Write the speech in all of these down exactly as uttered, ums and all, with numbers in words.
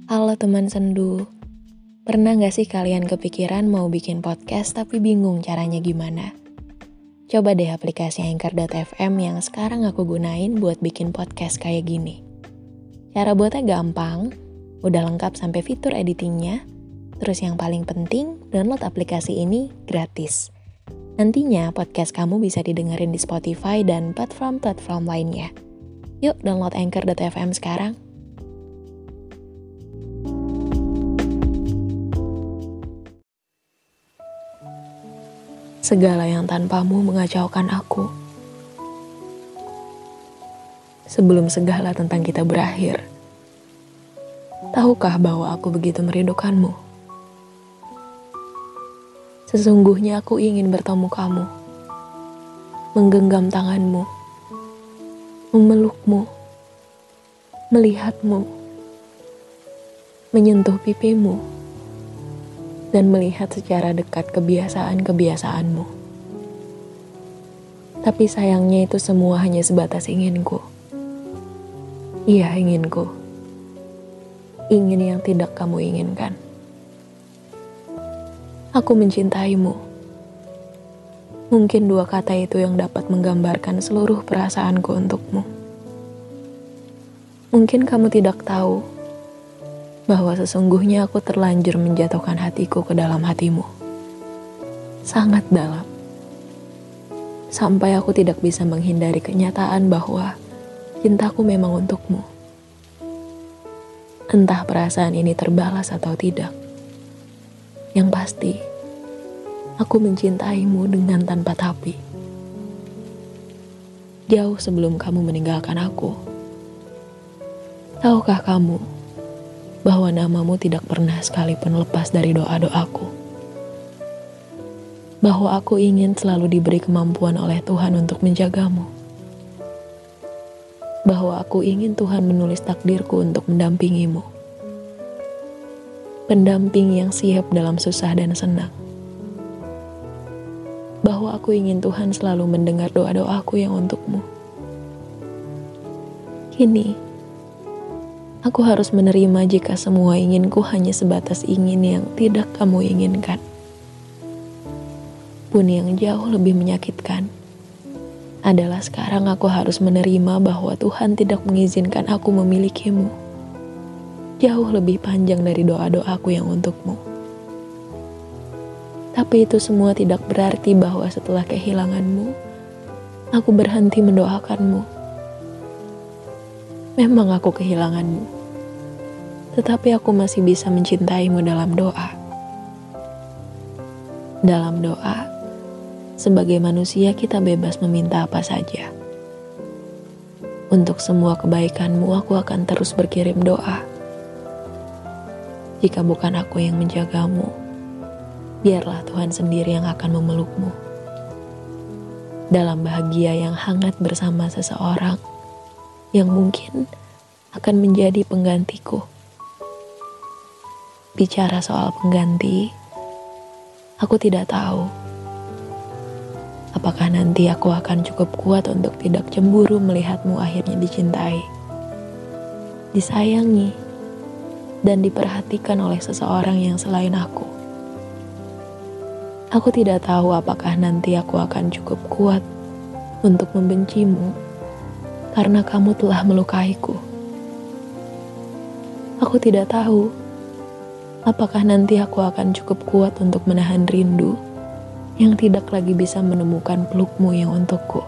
Halo teman sendu, pernah gak sih kalian kepikiran mau bikin podcast tapi bingung caranya gimana? Coba deh aplikasi Anchor dot f m yang sekarang aku gunain buat bikin podcast kayak gini. Cara buatnya gampang, udah lengkap sampai fitur editingnya, terus yang paling penting, download aplikasi ini gratis. Nantinya podcast kamu bisa didengerin di Spotify dan platform-platform lainnya. Yuk download Anchor dot f m sekarang. Segala yang tanpamu mengacaukan aku. Sebelum segala tentang kita berakhir, tahukah bahwa aku begitu merindukanmu? Sesungguhnya aku ingin bertemu kamu, menggenggam tanganmu, memelukmu, melihatmu, menyentuh pipimu, dan melihat secara dekat kebiasaan-kebiasaanmu. Tapi sayangnya itu semua hanya sebatas inginku. Iya, inginku. Ingin yang tidak kamu inginkan. Aku mencintaimu. Mungkin dua kata itu yang dapat menggambarkan seluruh perasaanku untukmu. Mungkin kamu tidak tahu bahwa sesungguhnya aku terlanjur menjatuhkan hatiku ke dalam hatimu. Sangat dalam. Sampai aku tidak bisa menghindari kenyataan bahwa cintaku memang untukmu. Entah perasaan ini terbalas atau tidak. Yang pasti, aku mencintaimu dengan tanpa tapi. Jauh sebelum kamu meninggalkan aku. Tahukah kamu bahwa namamu tidak pernah sekalipun lepas dari doa-doaku. Bahwa aku ingin selalu diberi kemampuan oleh Tuhan untuk menjagamu. Bahwa aku ingin Tuhan menulis takdirku untuk mendampingimu. Pendamping yang siap dalam susah dan senang. Bahwa aku ingin Tuhan selalu mendengar doa-doaku yang untukmu. Kini, aku harus menerima jika semua inginku hanya sebatas ingin yang tidak kamu inginkan. Pun yang jauh lebih menyakitkan adalah sekarang aku harus menerima bahwa Tuhan tidak mengizinkan aku memilikimu. Jauh lebih panjang dari doa-doaku yang untukmu. Tapi itu semua tidak berarti bahwa setelah kehilanganmu, aku berhenti mendoakanmu. Memang aku kehilanganmu, tetapi aku masih bisa mencintaimu dalam doa. Dalam doa, sebagai manusia kita bebas meminta apa saja. Untuk semua kebaikanmu, aku akan terus berkirim doa. Jika bukan aku yang menjagamu, biarlah Tuhan sendiri yang akan memelukmu. Dalam bahagia yang hangat bersama seseorang yang mungkin akan menjadi penggantiku. Bicara soal pengganti, aku tidak tahu apakah nanti aku akan cukup kuat untuk tidak cemburu melihatmu akhirnya dicintai, disayangi, dan diperhatikan oleh seseorang yang selain aku. Aku tidak tahu apakah nanti aku akan cukup kuat untuk membencimu karena kamu telah melukaiku. Aku tidak tahu apakah nanti aku akan cukup kuat untuk menahan rindu yang tidak lagi bisa menemukan pelukmu yang untukku.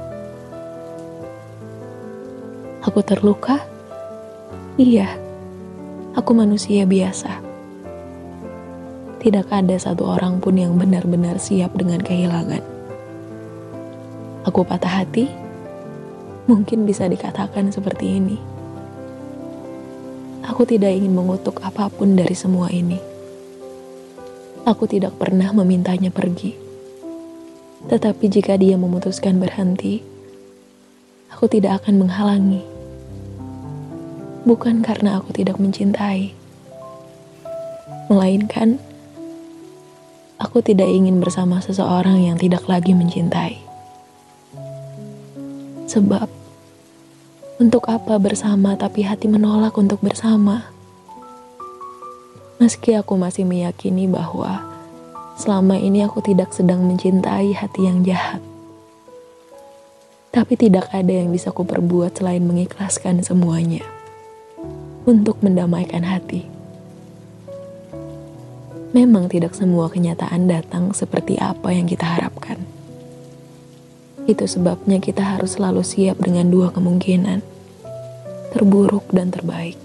Aku terluka? Iya, aku manusia biasa. Tidak ada satu orang pun yang benar-benar siap dengan kehilangan. Aku patah hati? Mungkin bisa dikatakan seperti ini. Aku tidak ingin mengutuk apapun dari semua ini. Aku tidak pernah memintanya pergi. Tetapi jika dia memutuskan berhenti, aku tidak akan menghalangi. Bukan karena aku tidak mencintai, melainkan aku tidak ingin bersama seseorang yang tidak lagi mencintai. Sebab, untuk apa bersama tapi hati menolak untuk bersama? Meski aku masih meyakini bahwa selama ini aku tidak sedang mencintai hati yang jahat. Tapi tidak ada yang bisa ku perbuat selain mengikhlaskan semuanya untuk mendamaikan hati. Memang tidak semua kenyataan datang seperti apa yang kita harapkan. Itu sebabnya kita harus selalu siap dengan dua kemungkinan, terburuk dan terbaik.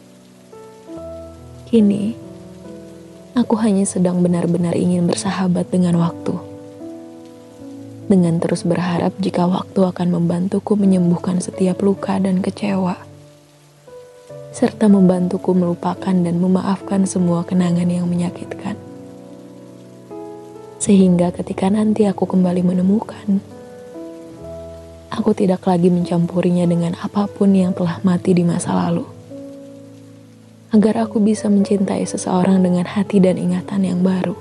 Kini, aku hanya sedang benar-benar ingin bersahabat dengan waktu. Dengan terus berharap jika waktu akan membantuku menyembuhkan setiap luka dan kecewa, serta membantuku melupakan dan memaafkan semua kenangan yang menyakitkan. Sehingga ketika nanti aku kembali menemukan, aku tidak lagi mencampurinya dengan apapun yang telah mati di masa lalu. Agar aku bisa mencintai seseorang dengan hati dan ingatan yang baru.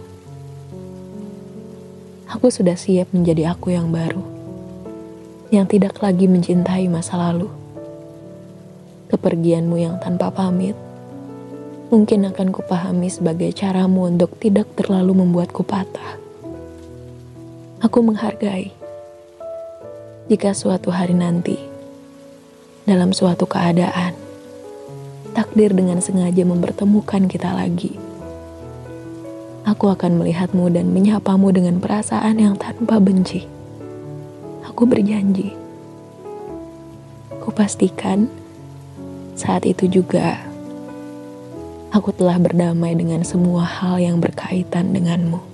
Aku sudah siap menjadi aku yang baru, yang tidak lagi mencintai masa lalu. Kepergianmu yang tanpa pamit, mungkin akan kupahami sebagai caramu untuk tidak terlalu membuatku patah. Aku menghargai jika suatu hari nanti, dalam suatu keadaan, takdir dengan sengaja mempertemukan kita lagi. Aku akan melihatmu dan menyapamu dengan perasaan yang tanpa benci. Aku berjanji. Kupastikan saat itu juga aku telah berdamai dengan semua hal yang berkaitan denganmu.